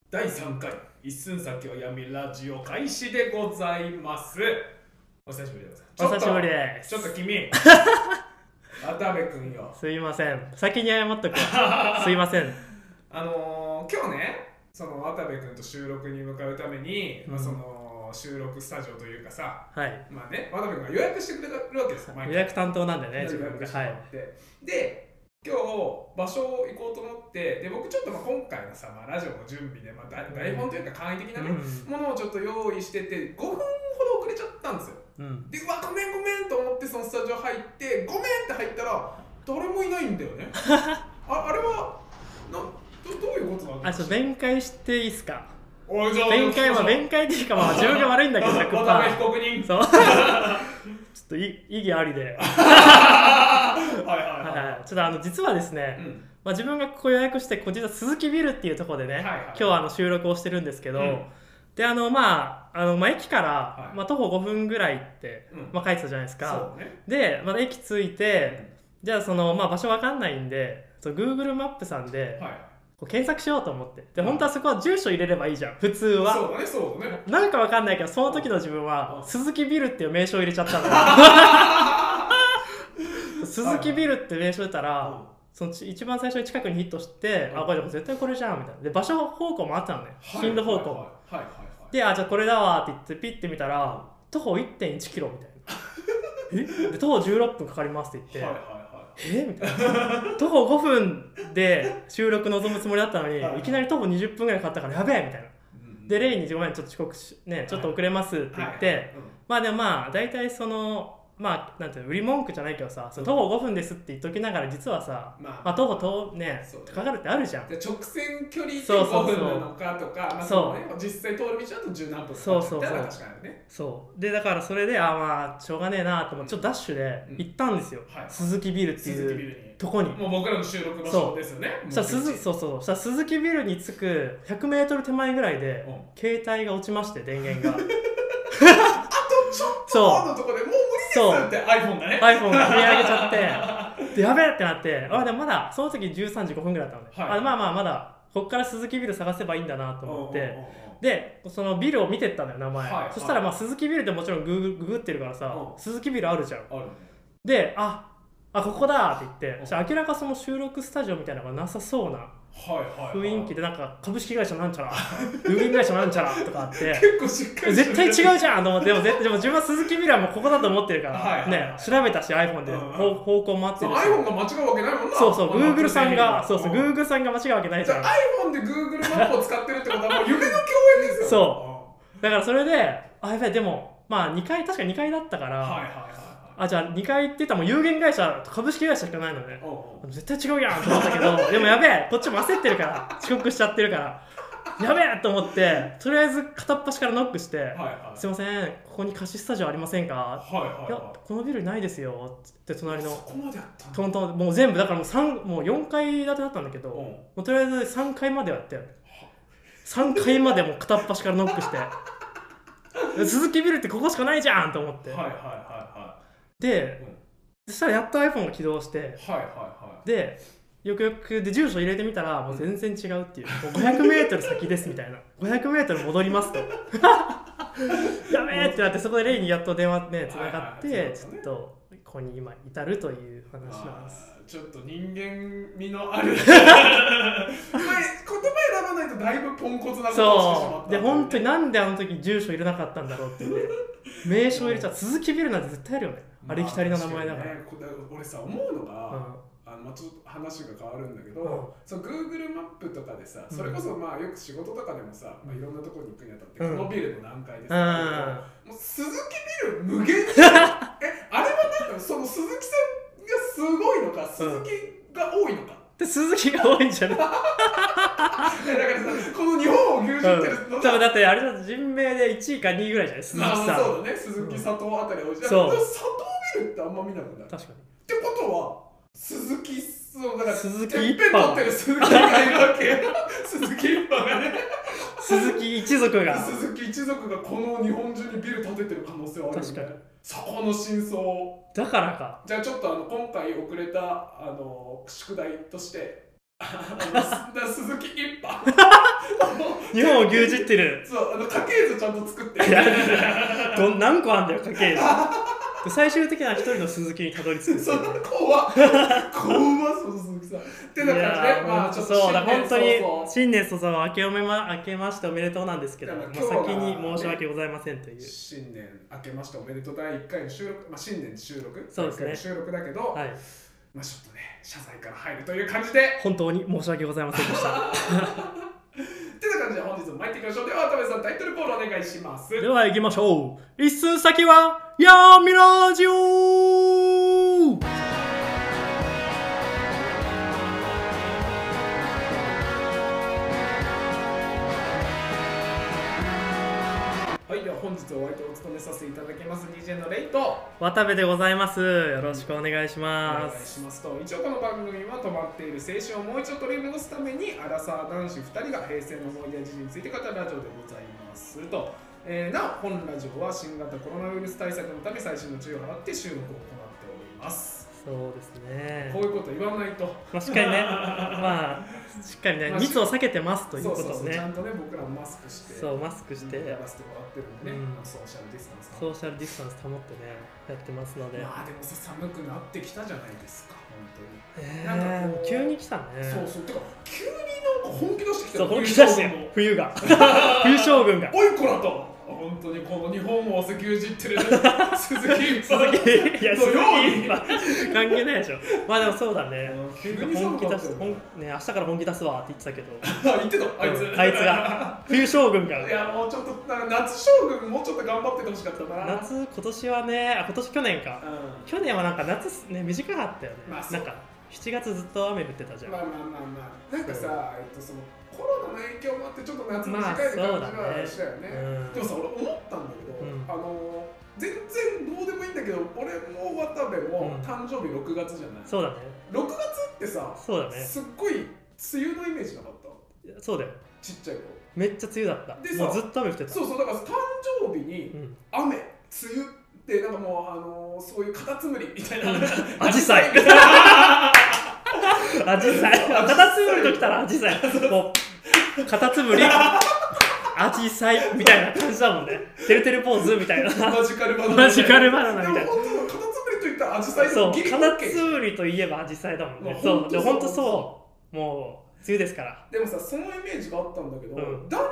第3回一寸先は闇ラジオ開始でございます。お久しぶりでございます。 お久しぶりです。 ちょっと君渡部君よ、 すいません、先に謝っとくすいません。 今日ね、その渡部君と収録に向かうために、その収録スタジオというかさ、 はい、 まあね、渡部君が予約してくれるわけですよ。 予約担当なんでね、自分が。 はい。で今日場所行こうと思って、で僕ちょっと今回のさ、ラジオの準備で、台本というか簡易的なね、ものをちょっと用意してて5分ほど遅れちゃったんですよ。でうわごめんと思ってそのスタジオ入ってごめんって入ったら誰もいないんだよね。あれはどういうことなんですか？ 弁解していいですか？ 弁解っていうか自分が悪いんだけど100% 渡部被告人そうちょっと意義ありでちょっと実はですね、自分がここ予約して実は鈴木ビルっていうところでね、今日収録をしてるんですけど、で駅から、徒歩5分ぐらいって、書いてたじゃないですか。で、駅着いて、じゃあ場所わかんないんでGoogle マップさんで、検索しようと思って。で、本当はそこは住所入れればいいじゃん、普通は。 そうだね。 なんかわかんないけど、その時の自分は鈴木ビルっていう名称を入れちゃったの。鈴木ビルって名称出たら、その一番最初に近くにヒットして、これ絶対これじゃんみたいな。で、場所方向もあったのね、進路方向。で、じゃあこれだわって言ってピッて見たら、徒歩 1.1 キロみたいな。で、徒歩16分かかりますって言って、みたいな。徒歩5分で収録臨むつもりだったのに、いきなり徒歩20分ぐらいかかったからやべえみたいな。で、レイにごめんちょっと遅刻ね、ちょっと遅れますって言って、でも大体なんていうの、売り文句じゃないけどさ、徒歩5分ですって言っときながら、実はさ、徒歩ね、かかるってあるじゃん。 直線距離で5分なのかとか、実際通る道だと10何分かかっちゃったら確かにね。 そうで、だからそれでしょうがねえなと思ってちょっとダッシュで行ったんですよ、鈴木ビルっていうとこに。 もう僕らの収録場所ですよね。 したら鈴木ビルに着く 100m 手前ぐらいで携帯が落ちまして、電源が。 あとちょっとのところでもう無理ですって iPhone がね。 iPhone が振り上げちゃってでやべえってなって、でもまだその時13時5分ぐらいだったので、まだこっから鈴木ビル探せばいいんだなと思って、でそのビルを見てったのよ、名前。そしたら鈴木ビルってもちろんググってるからさ、鈴木ビルあるじゃん。でここだって言って、明らかその収録スタジオみたいなのがなさそうな雰囲気で、なんか株式会社なんちゃら有限会社なんちゃらとかあって結構しっかり絶対違うじゃんと思って、でも自分は鈴木ビルはもうここだと思ってるからね、調べたし iPhone で方向も合ってるし、 iPhone が間違うわけないもんな。 Google さんがGoogle さんが間違うわけないじゃん。 iPhone で Google マップを使ってるってことはもう夢の共演ですよ。 そうだからそれでやべえ、でも2階、確か2階だったから、じゃあ2階って言ったらもう有限会社と株式会社しかないのね。絶対違うやんと思ったけどでもやべえ、こっちも焦ってるから遅刻しちゃってるからやべえと思って、とりあえず片っ端からノックして「すいません、ここに貸しスタジオありませんか？」いや、このビルないですよ」って隣のトントン、もう全部だからもう4階建てだったんだけど、もうとりあえず3階まではやったよね。3階までもう片っ端からノックして鈴木ビルってここしかないじゃんと思って、で、そしたらやっと iPhone が起動して、でよくで住所入れてみたらもう全然違うっていう、もう 500m 先ですみたいな、500m 戻りますとやべえってなって、そこでレイにやっと電話ねつながって、ちょっとここに今至るという話なんです。 ちょっと人間味のある言葉選ばないとだいぶポンコツなことをしてしまった。 で本当になんであの時住所入れなかったんだろうって言って名称入れちゃう。鈴木ビルなんて絶対あるよね、ありきたりな名前だから。 俺さ思うのが、ちょっと話が変わるんだけど、Google マップとかでさ、それこそよく仕事とかでもさ、いろんなところに行くにあたって、このビルの何階ですか、もう鈴木ビル無限じゃん。あれはなんだ、その鈴木さんがすごいのか、鈴木が多いのか。 で鈴木が多いんじゃないだからさ、この日本を牛耳ってるのだってあれだと人名で1位か2位ぐらいじゃない、鈴木さん。 そうだね、鈴木佐藤あたり多いじゃん。佐藤ビルってあんま見なくない？ 確かに。 ってことは鈴木、だから鈴木てっぺん取ってる鈴木がいるわけ鈴木一派がね、 鈴木一族がこの日本中にビル建ててる可能性はあるよね。確かに。そこの真相だからか。 じゃあちょっと今回遅れた宿題として鈴木一派日本を牛耳ってる。 そう、家系図ちゃんと作って。 何個あんだよ、家系図。最終的には一人の鈴木にたどり着く。 そんな怖っ。そう鈴木さん。ってな感じで、まあちょっとそうだ、本当に新年早々明けましておめでとうなんですけど、先に申し訳ございませんという。 新年明けましておめでとう第1回の収録、新年収録、 そうですね。 収録だけど、 はい。 まあちょっとね、謝罪から入るという感じで、 本当に申し訳ございませんでした。 ってな感じで本日も参っていきましょう。では渡部さん、タイトルコールお願いします。 では行きましょう。一寸先は闇ラジオ。はい、では本日お相手を務めさせていただきます DJ のレイと渡部でございます。よろしくお願いします。 お願いしますと、一応この番組は止まっている青春をもう一度取り戻すためにアラサー男子2人が平成の思い出や時事について語るラジオでございますと、なお本ラジオは新型コロナウイルス対策のため細心の注意を払って収録を行っております。 そうですね。 こういうこと言わないと、 まあ、しっかりね、まあしっかりね、密を避けてますということをね。 そうちゃんとね、僕らもマスクして、 そうマスクしてやらせてもらってるんでね、ソーシャルディスタンス保ってねやってますので。 まあでもさ、寒くなってきたじゃないですか、本当に。なんか急に来たね。 そうてか急になんか本気出してきた。 そう本気出してよ、冬が冬将軍がおいこらと。本当にこの日本を牛耳ってる鈴木いや、鈴木関係ないでしょ。まあでもそうだね。本気出す、ね、明日から本気出すわって言ってたけど。 言ってた、 あいつが冬将軍が。 いや、もうちょっと夏将軍もうちょっと頑張っててほしかったな。 夏、今年はね、去年か、去年はなんか夏ね短かったよね。なんか7月ずっと雨降ってたじゃん。 まあなんかさ、そのコロナの影響もあってちょっと夏短いって感じがしたよね。でもさ、俺思ったんだけど、全然どうでもいいんだけど、俺も渡部も誕生日6月じゃない。 そうだね。 6月ってさ、 そうだね。 すっごい梅雨のイメージなかった？ そうだよ。 ちっちゃい頃めっちゃ梅雨だった。でもうずっと雨降ってた。 そうだから誕生日に雨、梅雨ってなんかもうそういうカタツムリみたいな、 アジサイアジサイ、カタツムリときたらアジサイ、もうカタツムリアジサイみたいな感じだもんね。てるてるポーズみたいな。 マジカルバナナみたいな。 でも本当カタツムリといったらアジサイ。 そう、カタツムリといえばアジサイだもんね。そう、で本当そう。もう梅雨ですから。 でもさ、そのイメージがあったんだけど、だんだんと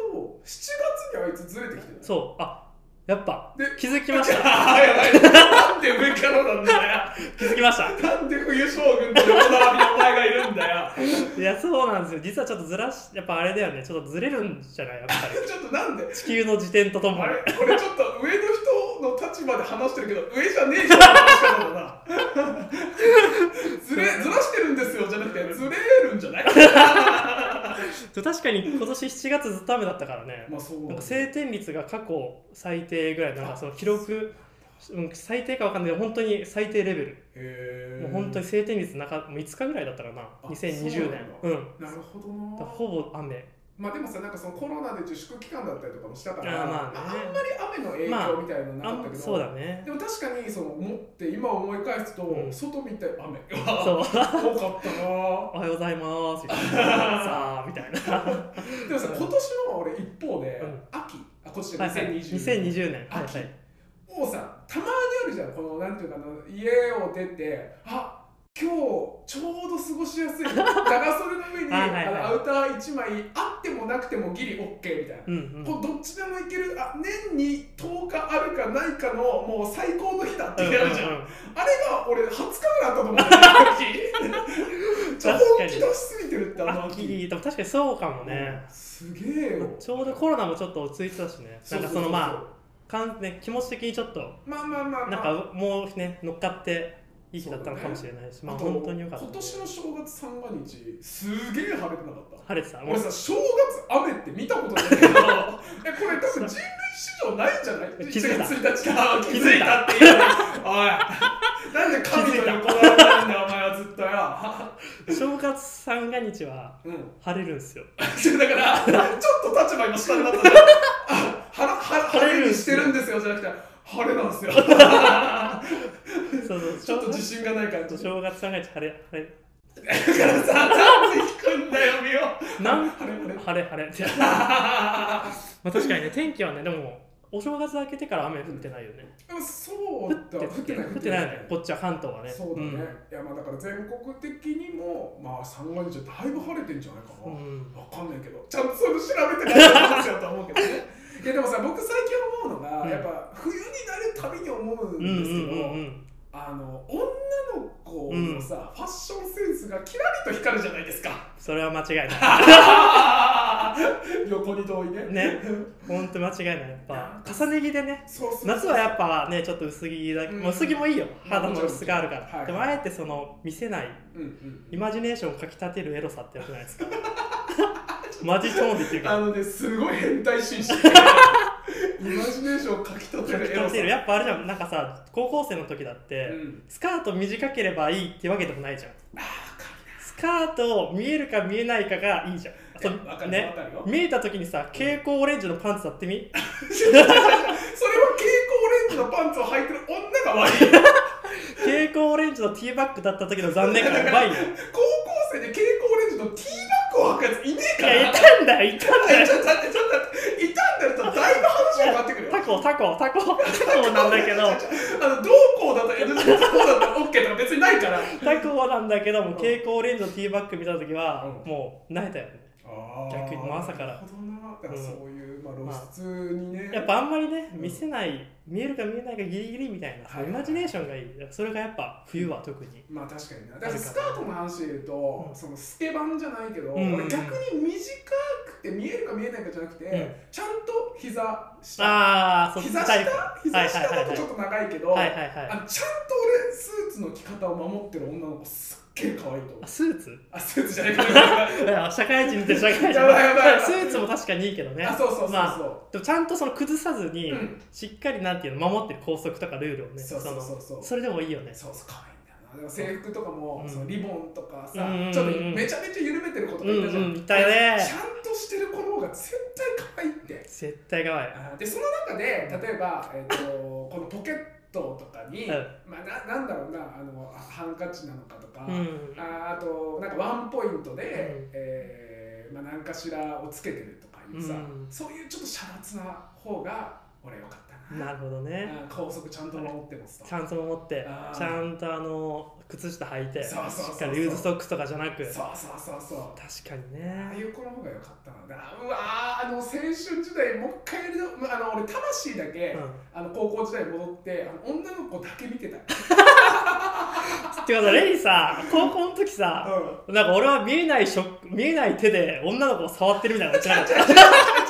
7月にあいつずれてきてる。 そう、やっぱ気づきました。 なんで上からなんだよ。 気づきました。 なんで冬将軍って横並びのお前がいるんだよ。 いや、そうなんですよ。実はちょっとやっぱあれだよね。ちょっとずれるんじゃないやっぱり。 ちょっとなんで地球の時点とともに。 あれこれちょっと上の人の立場で話してるけど、上じゃねえじゃんって話し方だな。ずらしてるんですよじゃなくて、ずれるんじゃない？ 確かに今年7月ずっと雨だったからね。 まあそうなんか晴天率が過去最低ぐらいの、なんかその記録、最低かわかんないけど本当に最低レベル。もう本当に晴天率もう5日ぐらいだったかな。2020年。 なるほどな。 ほぼ雨。 まあでもさ、なんかそのコロナで自粛期間だったりとかもしたから、あんまり雨の影響みたいなのなかったけど、 そうだね。 でも確かに今思い返すと、外見て雨が多かったな。 おはようございますさあみたいな。 でもさ、今年の俺一方で、秋、今年 2020年秋、もうさ、たまにあるじゃん、このなんていうかな、家を出て、今日ちょうど過ごしやすい長袖の上にアウター1枚あってもなくてもギリ OK みたいな、どっちでもいける、年に10日あるかないかのもう最高の日だってやるじゃん、あれが俺20日ぐらいあったと思うんだよちょっと本気出しすぎてるって秋でも確かにそうかもね、 すげえよ。 ちょうどコロナもちょっと落ち着いてたしね、なんかその気持ち的にちょっとなんかもうね乗っかっていい日だったのかもしれないし、まあ本当によかった。 今年の正月三が日すげえ晴れてなかった？ 晴れてた。 俺さ、正月雨って見たことないけどこれ多分人類史上ないんじゃない？ 気づいた。 1月1日か気づいたっていうおいなんで神と横並んでんだよお前はずっとよ。 正月三が日は晴れるんですよ。 だからちょっと立場今下になったじゃん。晴れにしてるんですよじゃなくて晴れなんですよ。ちょっと自信がないから。 正月三が日晴れ。 だからさ、なんで低んだよ、見よう。 晴れって。まあ確かにね、天気はね、でも、お正月明けてから雨降ってないよね。 そうだ、降ってないよね、こっちは関東はね。 そうだね。いや、まあだから全国的にも、まあ三が日はだいぶ晴れてんじゃないかな。わかんないけど、ちゃんとそういうの調べてないんですよと思うけどね。いやでもさ、僕最近思うのが、やっぱ冬になるたびに思うんですけど、女の子のさ、ファッションセンスがキラリと光るじゃないですか。 それは間違いない。 横に同意ね。 ね、ほんと間違いない。やっぱ重ね着でね、夏はやっぱね、ちょっと薄着だけ、薄着もいいよ、肌の薄があるから。でもあえてその見せない、イマジネーションをかきたてるエロさってやつじゃないですか。マジトーンで言ってるけど、 ね、すごい変態紳士。イマジネーションをかきたてるエロさ。 やっぱあれじゃん、なんかさ、高校生の時だって、スカート短ければいいってわけでもないじゃん。スカート見えるか見えないかがいいじゃん。ね、見えた時にさ、蛍光オレンジのパンツだってみ。 それは蛍光オレンジのパンツを履いてる女が悪い。 蛍光オレンジのティーバッグだった時の残念感がやばいよ。 高校生で蛍光オレンジのティーバッグを履くやついねえから。 いや、いたんだよ。 ちょっと待って、いたんだよとだいぶ話が変わってくるよ。 タコなんだけど、 どうこうだと NG、こうだと OK とか別にないから。 タコなんだけども、蛍光オレンジのティーバッグ見た時は、もう慣れたよね。逆にもう朝から。 なるほどな。だからそういう、露出にね。 やっぱあんまりね、見せない、見えるか見えないかギリギリみたいな、イマジネーションがいい。それがやっぱ冬は特に。 まあ確かにな。だからスカートの話で言うと、そのスケバンじゃないけど、俺逆に短くて見えるか見えないかじゃなくて、ちゃんと膝下。膝下だとちょっと長いけど、ちゃんと俺スーツの着方を守ってる女の子すっげえ可愛いと思う。 スーツ？ スーツじゃないか。 社会人って社会人。スーツも確かにいいけどね。 そう。 でもちゃんとその崩さずに、しっかりなんていうの守ってる校則とかルールをね。それでもいいよね。 そう可愛いんだよな。でも制服とかもそのリボンとかさ、ちょっとめちゃめちゃ緩めてる子とかいたじゃん。 いたよね。 ちゃんとしてる子の方が絶対可愛いって。 絶対可愛い。 でその中で例えばこのポケットとかに、まあなんだろうな、ハンカチなのかとか、あとなんかワンポイントで、まあ何かしらをつけてるとかいうさ、そういうちょっと遮奪な方が俺は良かったな。 なるほどね。 校則ちゃんと守ってますと。 ちゃんと守って、ちゃんと靴下履いて、しっかりルーズソックスとかじゃなく。 そう。 確かにね。 ああいう子の方が良かったな。うわ青春時代もう一回やりの、俺魂だけ、高校時代に戻って女の子だけ見てた。 ってことはレイさ、高校の時さ、なんか俺は見えない手で女の子を触ってるみたいなのじゃなかった。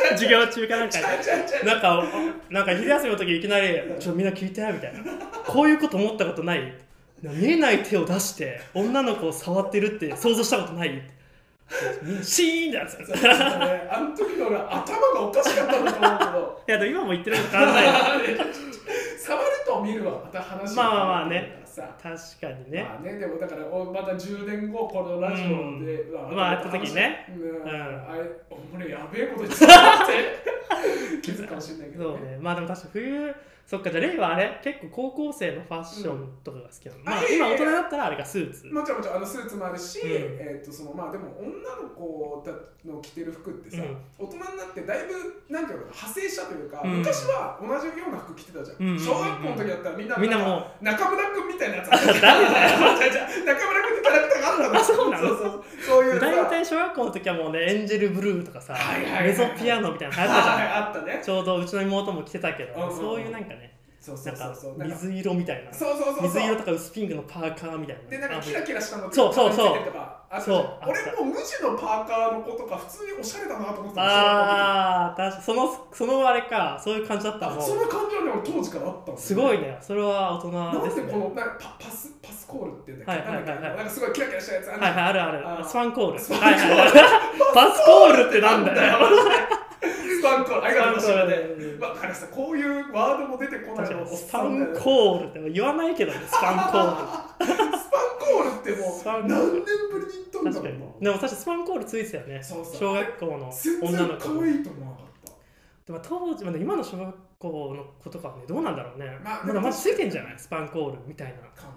授業中かなんかになんか昼休みの時いきなりみんな聞いてみたいな、こういうこと思ったことない？見えない手を出して女の子を触ってるって想像したことない？シーンってやつ。 あの時の俺頭がおかしかったんだと思うけど。 いやでも今も言ってること変わんないよ。 触ると見るはまた話がまあね、確かにね。 まあね、でもだからまた10年後このラジオで会った時ね、 あれ俺やべえこと言ってたって気づくかもしれないけどね。 そうね。まあでも確か冬、そっか、じゃあレイはあれ結構高校生のファッションとかが好きなの。まあ今大人だったらあれがスーツ。 もちろんスーツもあるし、まあでも女の子の着てる服ってさ、大人になってだいぶなんていうの派生したというか、昔は同じような服着てたじゃん。小学校の時だったらみんなもう中村君みたいなやつあったじゃん。中村君ってキャラクターがあったの。 そうなの。 そういう大体小学校の時はもうね、エンジェルブルーとかさ、メゾピアノみたいなの流行ったじゃん。 あったね。 ちょうどうちの妹も着てたけど、そういうなんかね、なんか水色みたいな、水色とか薄ピンクのパーカーみたいな、 でなんかキラキラしたのそう俺も無地のパーカーの子とか普通におしゃれだなと思ってた。 確かにそのあれか、そういう感じだったもん。 その感じはでも当時からあったの。すごいね、それは大人ですね。 なんでこのパスコールって言うんだっけ、なんかすごいキラキラしたやつある。スパンコール。パスコールってなんだよ。 スパンコール、ありがとうございます。だからさ、こういうワードも出てこないの。 スパンコールって言わないけどね、スパンコール。 スパンコールってもう何年ぶりに言ったんだろうな。 でも確かスパンコールついてたよね。小学校の女の子。 全然可愛いと思わなかった。 でも当時、今の小学校の子とかはね、どうなんだろうね。まだついてんじゃない、スパンコールみたいな。 かもね。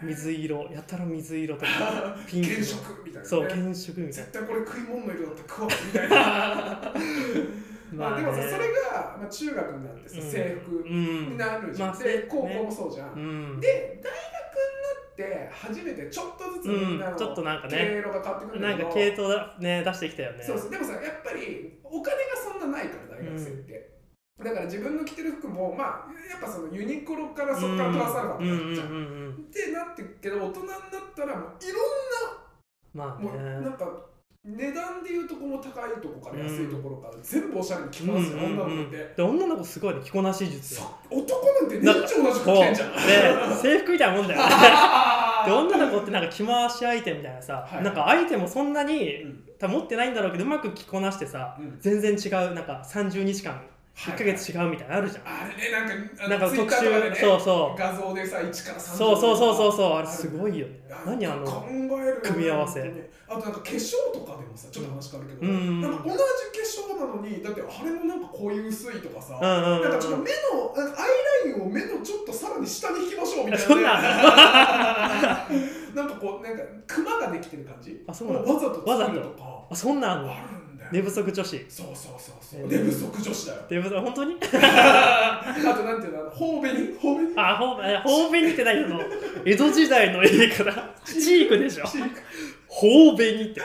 水色やたら水色とかピンク原色みたいな、ね、 そう原色みたいな絶対これ食い物の色だったら食わんみたいなまあでもさそれが、まあ、中学になってさ、制服になるじゃん、で高校もそうじゃん、で大学になって初めてちょっとずつみんなのちょっとなんかね経路が変わってくるんだけど、 なんか系統だ、ね、出してきたよね。 そうでもさやっぱりお金がそんなないから大学生って、だから自分の着てる服もまあやっぱそのユニクロからそこからプラスアルファとかじゃんってなってるけど、大人になったらもういろんな、 まあね、 もうなんか値段でいうとこも高いとこから安いところから全部おしゃれに着こなすよ、女の子って。 で女の子すごいね、着こなし術。 男なんて年中同じ服着てんじゃん。 で制服みたいなもんだよねで女の子ってなんか着回し相手みたいなさ、なんか相手もそんなに、多分持ってないんだろうけどうまく着こなしてさ、全然違うなんか30日間1ヶ月違うみたいなのあるじゃん。 あれね、 なんか特集、そうそう画像でさ1から30 そうあれすごいよね。何あの組み合わせ。 あとなんか化粧とかでもさ、ちょっと話変わるけど、なんか同じ化粧なのにだってあれもなんかこういう薄いとかさ、なんかちょっと目のなんかアイラインを目のちょっとさらに下に引きましょうみたいな、 そんななんかこうなんかクマができてる感じ。 あ、そうなの。 わざと作るとか。 あ、そんなんあるの。寝不足女子。 そう寝不足女子だよ。 寝不足本当にあとなんていうの、頬紅あ、頬紅って何の江戸時代の絵からチークでしょ。頬紅って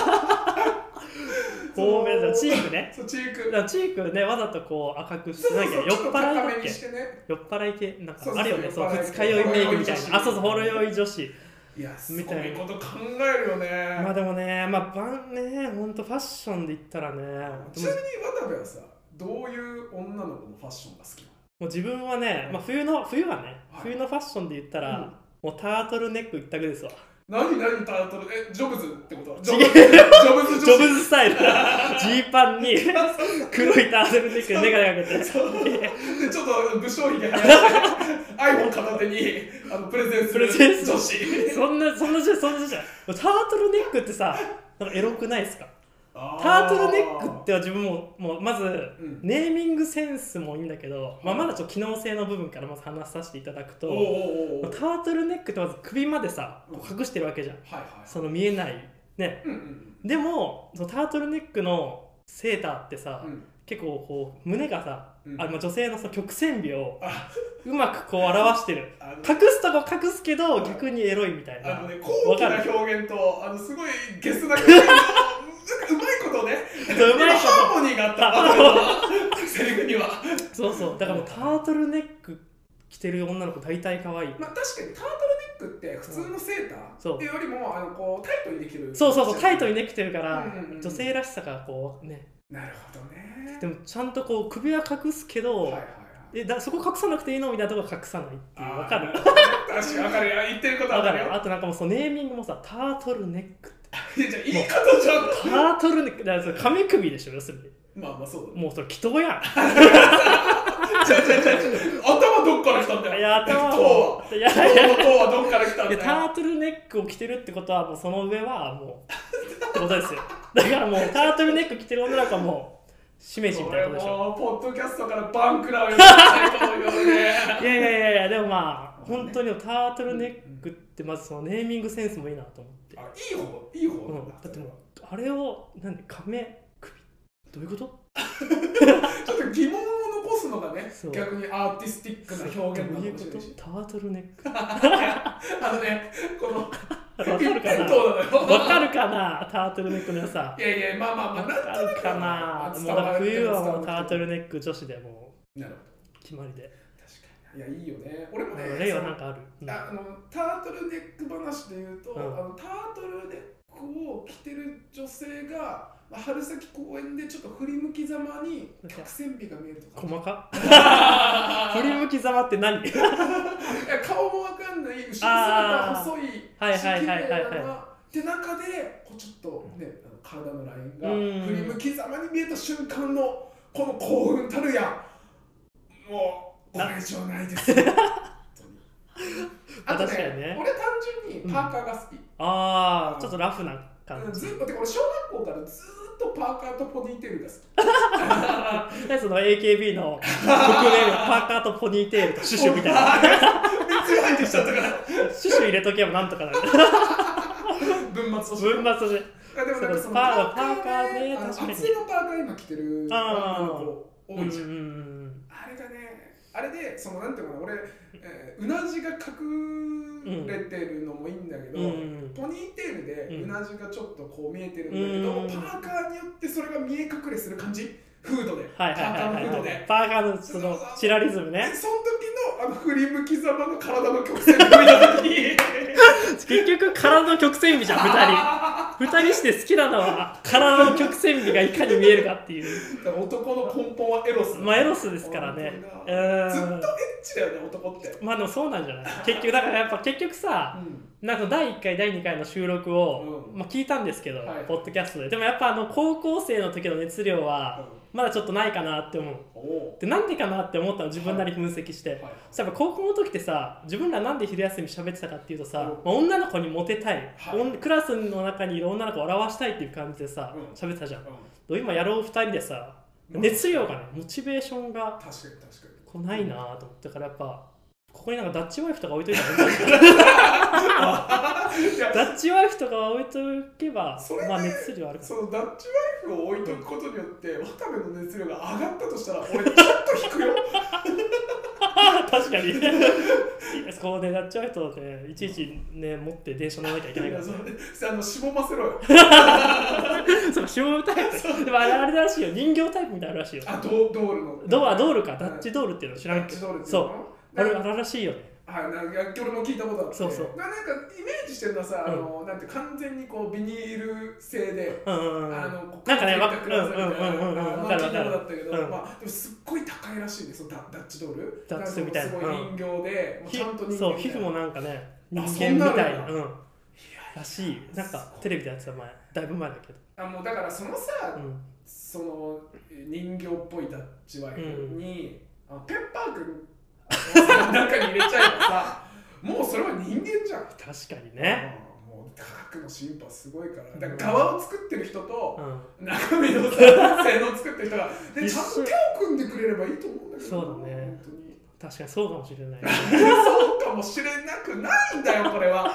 頬紅だ、チークね。 そうチークね、わざとこう赤くしなきゃ酔っ払いだっけ、酔っ払い系なんかあるよね。そう二日酔いメイクみたいな。あ、そうほろ酔い女子。 いや、そういうこと考えるよね。 まあでもね、まあね、ほんとファッションで言ったらね。 ちなみに渡部はさ、どういう女の子のファッションが好きなの？ もう自分はね、まあ冬はね、冬のファッションで言ったら、もうタートルネック一択ですわ。 何タートル、ジョブズってこと？ジョブズスタイル。ジーパンに黒いタートルネックでネガかけて。 で、ちょっと武将髭生やして、iPhone 片手にプレゼンする女子。そんな女子じゃん。タートルネックってさ、なんかエロくないですか？タートルネックっては自分もうまずネーミングセンスもいいんだけど、まだちょっと機能性の部分からまず話させていただくと、タートルネックってまず首までさ隠してるわけじゃん、その見えないね、でもそのタートルネックのセーターってさ、結構こう胸がさ、女性のその曲線美をうまくこう表してる。隠すとこ隠すけど逆にエロいみたいな。 高貴な表現とすごいゲスな表現うまいことね、ハーモニーがあったセリフには。そうだからもうタートルネック着てる女の子大体可愛い。 まあ確かにタートルネックって普通のセーターっていうよりもこうタイトにできる。 タイトにできてるから女性らしさがこうね。 なるほどね。 でもちゃんとこう首は隠すけど、そこ隠さなくていいのみたいなとこは隠さないっていう。わかる？ 確かにわかる。言ってることはわかるよ。 あとなんかもうそのネーミングもさ、タートルネックって。 いや、じゃあ言い方じゃん。 タートルネックだから亀首でしょ、要するに。 まあそうだね。 もうそれ祈祷やん。 頭どっから来たんだよ。 いや、頭はどっから来たんだよ。 タートルネックを着てるってことはもうその上はもうってことですよ。だからもうタートルネック着てる女の子はもうしめじみたいなことでしょ。 もうポッドキャストからバンクラを言わないと思うよね。 いやでもまあ本当にタートルネックってまずそのネーミングセンスもいいなと思って。 いい方なんだ。 だってもうあれを亀首どういうこと？ ちょっと疑問を残すのがね、逆にアーティスティックな表現なのかもしれないし。 タートルネック。 このわかるかなタートルネックの良さ。 いやまあわかるかな。もう冬はもうタートルネック女子でもう決まりで。 いや、いいよね。俺もね、 レイはなんかある。 タートルネック話で言うと、タートルネックを着てる女性が春先公園でちょっと振り向きざまに曲線美が見えるとか。 細か振り向きざまって何？いや顔もわかんない、後ろ姿細いし、綺麗だなって中でこうちょっとね、体のラインが振り向きざまに見えた瞬間のこの興奮たるや、もうこれ以上ないですよ。あとね、俺単純にパーカーが好き。 ちょっとラフな感じ。 ずっと俺小学校からずっとパーカーとポニーテールが好き。 その AKB の曲名パーカーとポニーテールとシュシュみたいな。 めっちゃってしちゃったからシュシュ入れとけばなんとかなる文末として文末としてでもなんかそのパーカーね、確かに厚手のパーカー今着てる女の子多いじゃん、あれがね、あれでそのなんていうのかな、俺、うなじが隠れてるのもいいんだけど、ポニーテールでうなじがちょっとこう見えてるんだけど、パーカーによってそれが見え隠れする感じ、フードで、パーカーのフードで、 パーカーのそのチラリズムね。 その時の振り向きざまの体の曲線美見た時に結局体の曲線美じゃん、2人して好きなのは体の曲線美がいかに見えるかっていう。 男の根本はエロス、 まあエロスですからね。 ずっとエッチだよね、男って。 まあでもそうなんじゃない、結局だからやっぱ結局さ、なんか第1回第2回の収録を、まあ、聞いたんですけど、ポッドキャストで。でもやっぱ高校生の時の熱量はまだちょっとないかなって思う。でなんでかなって思ったの、自分なりに分析して、やっぱ高校の時ってさ、自分らなんで昼休み喋ってたかっていうとさ、まあ、女の子にモテたい、クラスの中にいる女の子を表したいっていう感じでさ喋ってたじゃん。今やろう2人でさ、熱量がね、モチベーションがこうないなと思って、だからやっぱここになんかダッチワイフとか置いといたらダッチワイフとか置いとけば、まあ熱量あるから。 そのダッチワイフを置いとくことによって渡部の熱量が上がったとしたら、俺ちょっと引くよ確かにそこでダッチワイフとね、いちいちね持って電車乗らなきゃいけないから、 しぼませろよそう、しぼむタイプ。でもあれらしいよ、人形タイプみたいなのらしいよ。 あ、ドールのドールか、ダッチドールっていうの知らんけど、そうあれらしいよね。 はい、なんか俺も聞いたことあって、 そうそう、 なんかイメージしてるのはさ、なんて完全にこうビニール製で、 なんかね、わかるだったけど、まあでもすっごい高いらしいです、ダッチドール。 ダッチみたいな。 すごい人形で、ちゃんと人形。 そう、皮膚もなんかね、人間みたいな。らしい。なんかテレビでやってた前、だいぶ前だけど。 もうだからそのさ、その人形っぽいダッチワイフに、ペッパーくん中に入れちゃえばさ、もうそれは人間じゃん。確かにね。 もう科学の進歩はすごいから。だから側を作ってる人と、中身の性能を作ってる人がちゃんと手を組んでくれればいいと思うんだけど。 そうだね。確かにそうかもしれない。 そうかもしれなくないんだよ、これは。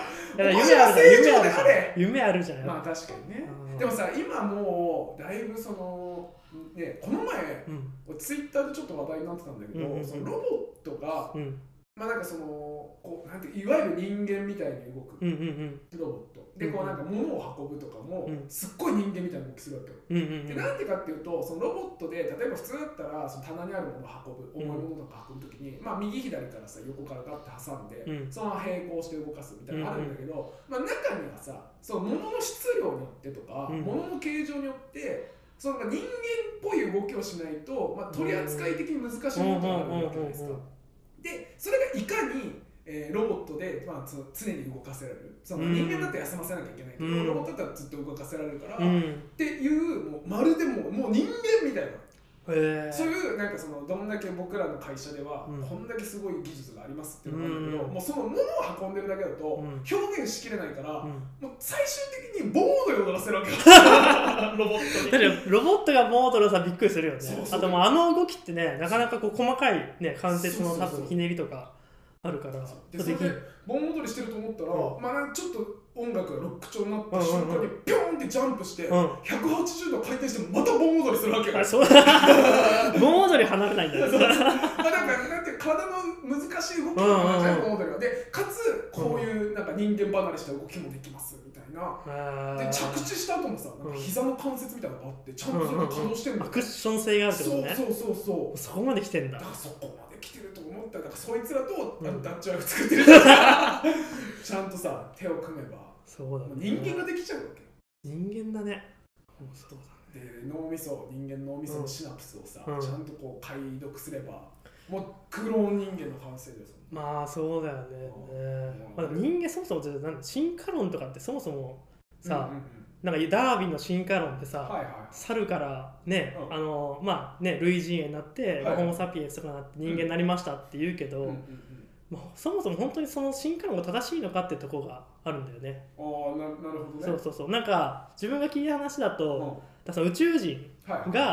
夢あるじゃん。 まあ確かにね。でもさ、今もうだいぶそのね、この前、ツイッターでちょっと話題になってたんだけど、そのロボットが、まあなんかそのこうなんていわゆる人間みたいに動くロボットで、こうなんか物を運ぶとかもすっごい人間みたいな動きするわけよ。でなんでかっていうと、そのロボットで例えば普通だったらその棚にあるものを運ぶ、重いものとか運ぶときに、まあ右左からさ横からガッて挟んで、そのまま並行して動かすみたいなのあるんだけど、まあ中にはさ、その物の質量によってとか、物の形状によってその人間っぽい動きをしないと、まあ、取り扱い的に難しいものがあるわけじゃないですか。でそれがいかに、ロボットで、まあ、常に動かせられる。その人間だって休ませなきゃいけないけど、ロボットだったらずっと動かせられるから、っていうもうまるでもう人間みたいな。そういうなんかそのどんだけ僕らの会社ではこんだけすごい技術がありますっていうのがあるんだけど、もうその物を運んでるだけだと表現しきれないから、もう最終的に盆踊りを踊らせるわけよロボットに。 ロボットが盆踊るさびっくりするよね。あともう動きってね、なかなかこう細かいね関節の多分ひねりとかあるから、 でそれで盆踊りしてると思ったら、まあちょっと音楽がロック調になった瞬間にピョンってジャンプして180度回転してまた盆踊りするわけよ。 盆踊り離れないんだよ。 まあなんて体の難しい動きなんじゃない盆踊りは。でかつこういうなんか人間離れした動きもできますみたいな。で着地した後もさ、なんか膝の関節みたいなのがあってちゃんとそれが可動してるんだよ。 クッション性があるってことね。 そうそこまで来てんだ。 だからそこまで来てると思ったら、だからそいつらとダッチワイフ作ってるからちゃんとさ手を組めば人間ができちゃうわけよ。 人間だね。そうだね。で人間脳みそのシナプスをさ、ちゃんとこう解読すればもうクローン人間の完成です。 まあそうだよね。人間そもそも進化論とかってそもそもさ、なんかダーウィンの進化論ってさ、猿からね、まあね類人猿になって、ホモサピエンスとかになって人間になりましたって言うけど、そもそも本当にその進化論が正しいのかってところがあるんだよね。 なるほどね。 そうなんか自分が聞いた話だと、その宇宙人が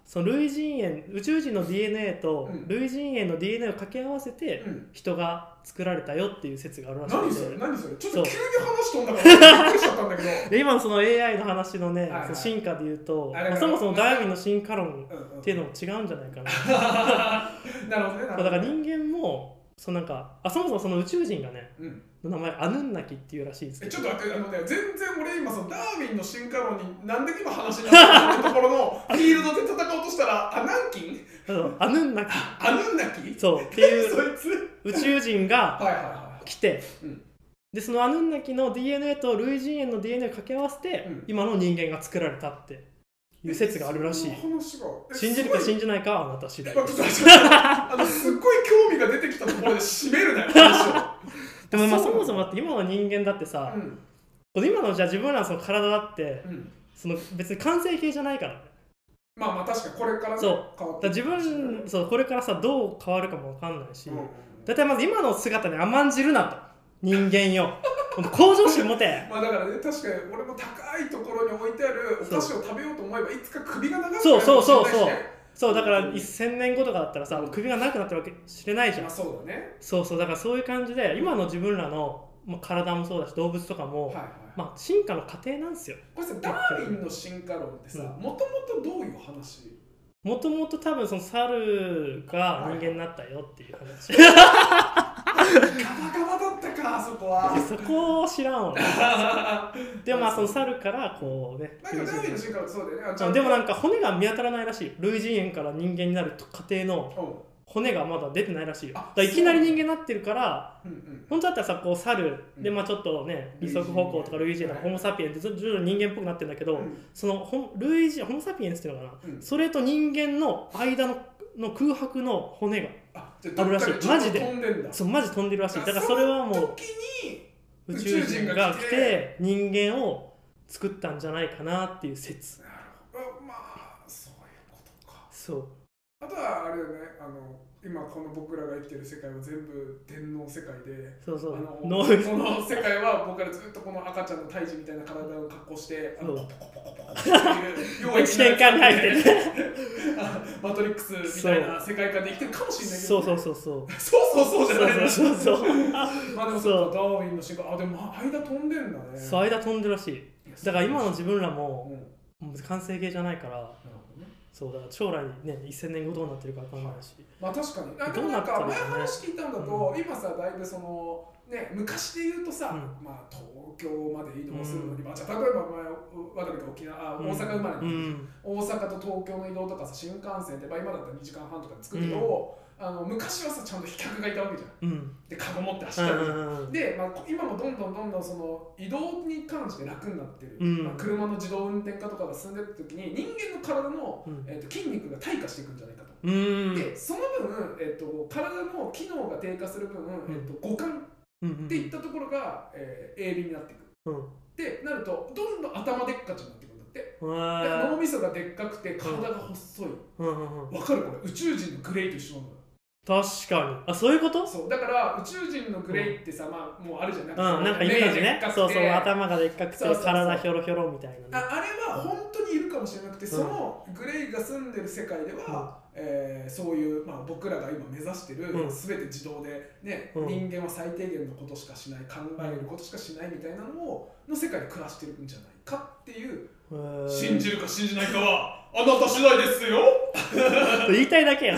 その類人猿、宇宙人の DNA と類人猿の DNA を掛け合わせて人が作られたよっていう説があるらしいので、 何それちょっと急に話飛んだからびっくりしちゃったんだけど今のその AI の話のね、その進化でいうと、そもそもダーウィンの進化論っていうのも違うんじゃないかな。 なるほどね。 だから人間もそもそもその宇宙人がね、の名前アヌンナキっていうらしいですけど。 ちょっと待って、全然俺今そのダーウィンの進化論になんで今話になってるところのフィールドで戦おうとしたらアナンキン？ アヌンナキ。 アヌンナキ？ そうっていう宇宙人が来て、でそのアヌンナキの DNA と類人猿の DNA を掛け合わせて、今の人間が作られたっていう説があるらしい。信じるか信じないかはあなた次第です。すっごい興味が出てきたところで締めるなよ話を。 でもそもそもだって今の人間だってさ、今のじゃあ自分らのその体だって、その別に完成形じゃないからね。 まあ確かにこれから、ね、 そうだ自分そうこれからさどう変わるかも分かんないし、だいたいまず今の姿に甘んじるなと人間よ。向上心持て。 まあだからね、確かに俺も高いところに置いてあるお菓子を食べようと思えばいつか首が長くなるかもしれないしね。そうだから1000年後とかだったらさ、首がなくなってるわけしれないじゃん。 そうだね。 そうだからそういう感じで今の自分らの、体もそうだし動物とかも、進化の過程なんですよ。 これさ、ダーウィンの進化論ってさ、もともとどういう話？ もともと多分その猿が人間になったよっていう話。 ガバガバだったか、そこは。 そこを知らんわ。でもその猿からこうね。 ダーウィンの進化論そうだよね。 でもなんか骨が見当たらないらしい。類人猿から人間になる過程の骨がまだ出てないらしいよ。いきなり人間になってるから、本当だったらさ、こう猿でちょっとね、二足歩行とか類人猿とかホモサピエンスって徐々に人間っぽくなってるんだけど、その類人ホモサピエンスっていうのかな、それと人間の間の空白の骨があるらしい。マジで。そう、マジ飛んでるらしい。だからそれはもう宇宙人が来て人間を作ったんじゃないかなっていう説。 なるほど。まあそういうことか。 そう。 あとはあれよね、今この僕らが生きてる世界は全部天皇世界で、この世界は僕らずっとこの赤ちゃんの胎児みたいな体を格好してポポポポポっていう要は1年間に入ってるマトリックスみたいな世界観で生きてるかもしれないけど、 そうじゃないの。 まあでもそうダーウィンの進化、でも間飛んでんだね。 そう、間飛んでるらしい。だから今の自分らも完成形じゃないから。そうだから将来ね1000年後どうなってるか分かんないし、 まあ確かに。でもなんか前話聞いたんだと、今さだいぶそのね昔で言うとさ、まあ東京まで移動するのに、じゃあ例えば前渡部が大阪生まれに、大阪と東京の移動とかさ、新幹線って今だったら2時間半とかで着くけど、昔はさちゃんと飛脚がいたわけじゃん。でカゴ持って走ったりで、今もどんどんその移動に関して楽になってる、車の自動運転化とかが進んでった時に人間の体の、筋肉が退化していくんじゃないかと。でその分、体の機能が低下する分、五感っていったところが、鋭敏になっていく。ってなるとどんどん頭でっかちになっていくんだって。脳みそがでっかくて体が細い。わかるこれ宇宙人のグレイと一緒なんだよ。 確かに。そういうこと？ そうだから宇宙人のグレイってさ、もうあるじゃん。 なんかイメージね。そう頭がでっかくて体ひょろひょろみたいなね。 あれは本当にいるかもしれなくて、そのグレイが住んでる世界では、そういう、僕らが今目指してる全て自動でね、人間は最低限のことしかしない、考えることしかしないみたいなの世界で暮らしてるんじゃないかっていう。信じるか信じないかはあなた次第ですよ。 言いたいだけや。い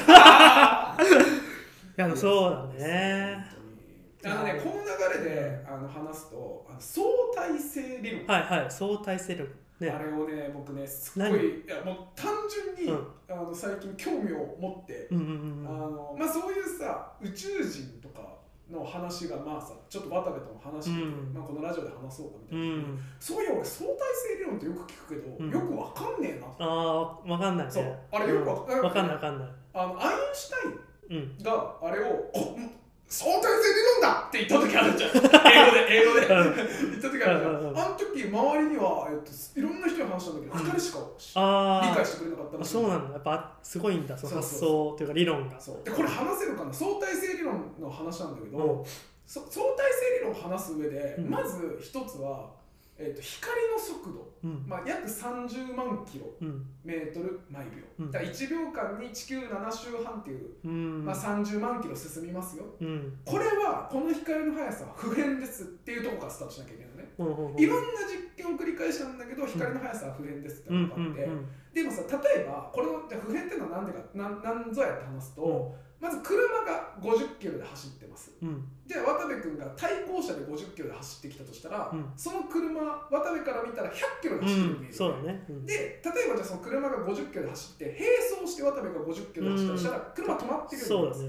やそうだね。 この流れで話すと相対性理論。 相対性理論。 あれをね僕ねすっごいもう単純に最近興味を持ってそういうさ宇宙人とかの話がちょっと渡部との話で、このラジオで話そうかみたいな、そういう俺相対性理論ってよく聞くけど、よくわかんねえな。 わかんないね。 そうあれよくわかんない。アインシュタインがあれを相対性理論だって言った時あるじゃん。英語で言った時あるじゃん。あの時周りにはいろんな人に話したんだけど、2人しか理解してくれなかったらしい。 そうなんだ。やっぱすごいんだ、その発想というか理論が。 でこれ話せるかな。相対性理論の話なんだけど、相対性理論を話す上でまず一つは光の速度、約30万キロメートル毎秒、だから1秒間に地球7周半っていう、30万キロ進みますよ、これはこの光の速さは不変ですっていうところからスタートしなきゃいけないのね、いろんな実験を繰り返したんだけど光の速さは不変ですって分かって、でもさ、例えばこれのじゃあ不変っていうのは何でか何ぞやって話すと、まず車が50キロで走ってます、じゃあ渡部君が対向車で50キロで走ってきたとしたら、その車渡部から見たら100キロで走ってるんですよ、で例えばじゃあその車が50キロで走って並走して渡部が50キロで走ったとしたら、車止まってるんです、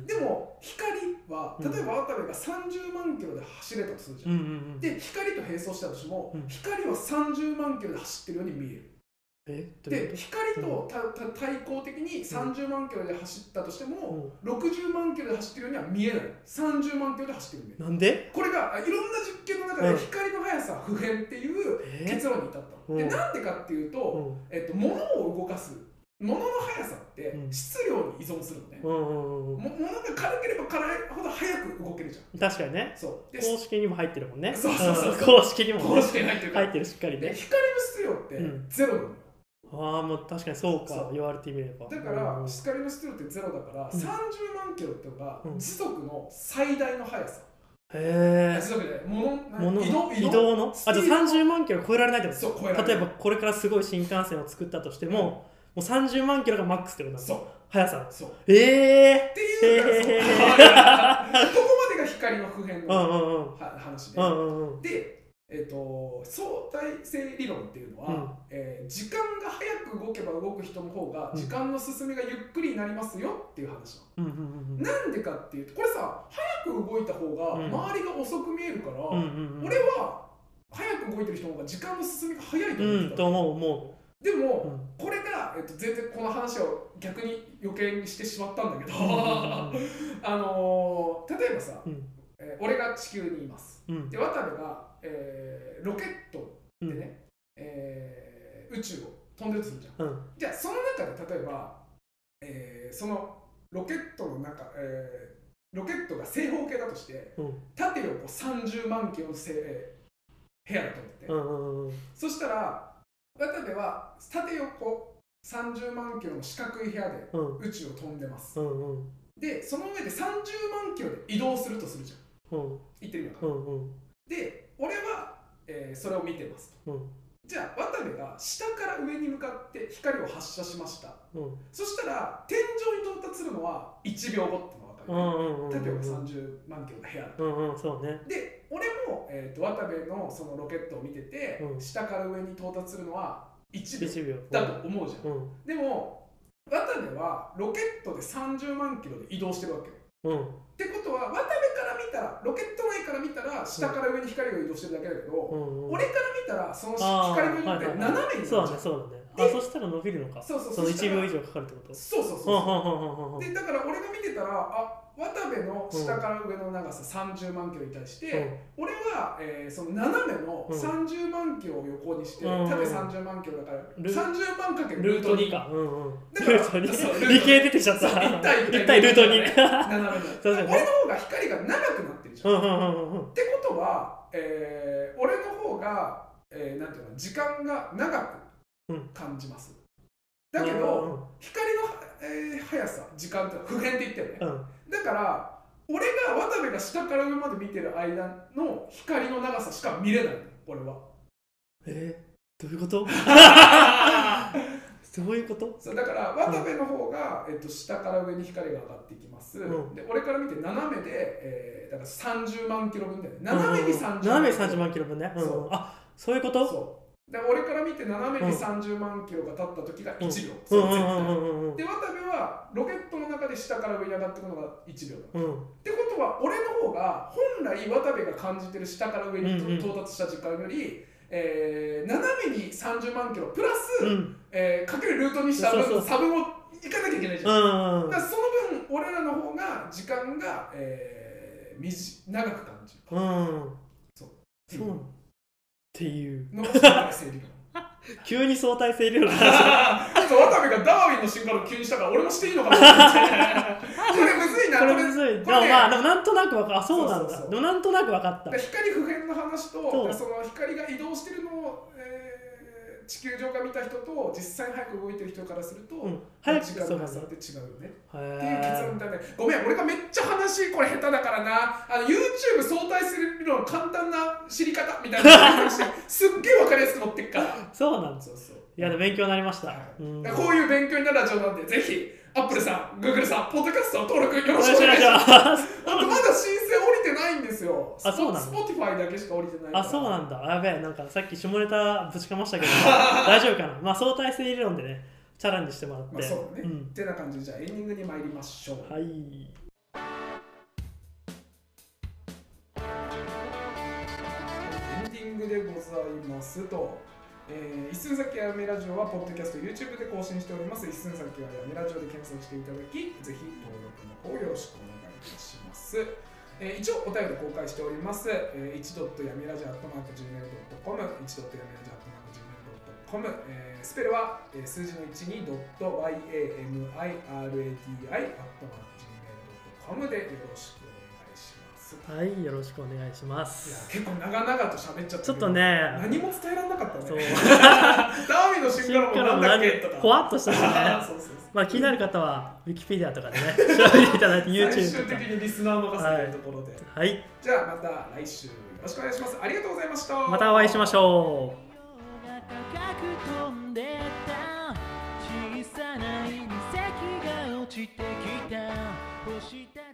でも光は例えば渡部が30万キロで走れたとするじゃん、で光と並走したとしても、光は30万キロで走ってるように見える。で光と対向的に30万キロで走ったとしても、60万キロで走ってるようには見えない。30万キロで走ってるんだよ。なんで？これがいろんな実験の中で光の速さは不変っていう結論に至ったの。でなんでかっていうと、物を動かす物の速さって質量に依存するのね。物が軽ければ軽いほど速く動けるじゃん。確かにね。そう。公式にも入ってるもんね。そう。公式にも入ってるしっかりね。光の質量ってゼロなのよ。ああ、もう確かにそうか、言われてみれば。だから光の質量ってゼロだから、30万キロってのが時速の最大の速さ。へえ。時速で移動のじゃあ30万キロ超えられないってこと？そう、超えられない。例えばこれからすごい新幹線を作ったとしても、もう30万キロがマックスってことなんだ。そう。速さ。そう。っていうここまでが光の不変の話で。で相対性理論っていうのは、時間が早く動けば動く人の方が時間の進みがゆっくりになりますよっていう話なの。なんでかっていうと、これさ、早く動いた方が周りが遅く見えるから、俺は早く動いてる人の方が時間の進みが早いと思ってた。でも、これが、全然この話を逆に余計にしてしまったんだけど例えばさ、俺が地球にいます、で渡部がロケットでね、宇宙を飛んでるとするじゃん、じゃあその中で例えば、そのロケットの中、ロケットが正方形だとして、縦横30万キロの部屋だと思って、そしたら渡部は縦横30万キロの四角い部屋で宇宙を飛んでます、でその上で30万キロで移動するとするじゃん、言ってみようか、で俺は、それを見てますと、じゃあ渡部が下から上に向かって光を発射しました、そしたら天井に到達するのは1秒後ってのが分かる、縦横30万キロの部屋だと、で俺も、渡部のそのロケットを見てて、下から上に到達するのは1秒だと思うじゃん、でも渡部はロケットで30万キロで移動してるわけよ、ってことは渡部から見たらロケット内から見たら下から上に光が移動してるだけだけど、俺から見たらその光の移動って斜めになっちゃう。そうだね。そしたら伸びるのか。その1秒以上かかるってこと。そうでだから俺が見てたら、渡部の下から上の長さ30万キロに対して、俺は、その斜めの30万キロを横にして、縦30万キロだから30万かけるルート2か。ルート2。理系出てきちゃった。1対ルート2。斜めの。俺の方が光が長くなってるじゃん。ってことは、俺の方が、なんていうの、時間が長く感じます。だけど光の、速さ、時間って不変って言ったよね、だから俺が渡部が下から上まで見てる間の光の長さしか見れないの、俺は。どういうこと？どういうこと？そうだから渡部の方が、下から上に光が上がってきます、で俺から見て斜めで、だから30万キロ分だよね。斜めに30万キロ分ね。そういうこと？そうで俺から見て斜めに30万キロが経った時が1秒、で渡部はロケットの中で下から上に上がっていくのが1秒だ、ってことは俺の方が本来渡部が感じてる下から上に到達した時間より、斜めに30万キロプラス、かけるルートにした分差分をいかなきゃいけないじゃん、だからその分俺らの方が時間が、長く感じる、そうっていうのが相対性理論。 急に相対性入れるの渡部がダーウィンの進化論急にしたから俺もしていいのかなと思ってこれむずいな。 これむずい。でもまあでもなんとなく分かった。あ、そうなんだ。でもなんとなく分かった。 光不変の話とその光が移動してるのを、地球上から見た人と実際に早く動いてる人からすると、早くそうなんだって違うよねっていう結論みたいな。ごめん、俺がめっちゃ話これ下手だからな。YouTube 相対するの簡単な知り方みたいな話すっげえ分かりやすく持ってっから。 そうなんです。いや、勉強になりました。 こういう勉強になるラジオなんで、ぜひアップルさん、グーグルさん、ポッドキャスト登録よろしくお願いします。まだ申請降りてないんですよ。 あ、そうなの？ Spotify だけしか降りてないから。 あ、そうなんだ。やべえ、なんかさっき下ネタぶちかましたけど大丈夫かな。まあ相対性理論でね、チャレンジしてもらって。 まあそうね。ってな感じで、じゃあエンディングに参りましょう。 はい。 エンディングでございますと、一寸先やめラジオはポッドキャスト YouTube で更新しております。一寸先はやめラジオで検索していただき、ぜひ登録の方よろしくお願いいたします。一応お便り公開しております。1.やめラジ @gmail.com 1.やめラジ @gmail.com スペルは数字の1に .yamiradi@gmail.com でよろしくお願いします。 はい、よろしくお願いします。 いや、結構長々と喋っちゃった。 ちょっとね、 何も伝えられなかったね。 そう。 ダーウィンの進化論もなんだっけとか。 ぽわっとしたしね。まあ気になる方は Wikipedia とかでね、調べていただいて YouTube とか。 最終的にリスナー任せというところで。 はい。 じゃあまた来週よろしくお願いします。ありがとうございました。 またお会いしましょう。小さな隕石が落ちてきた。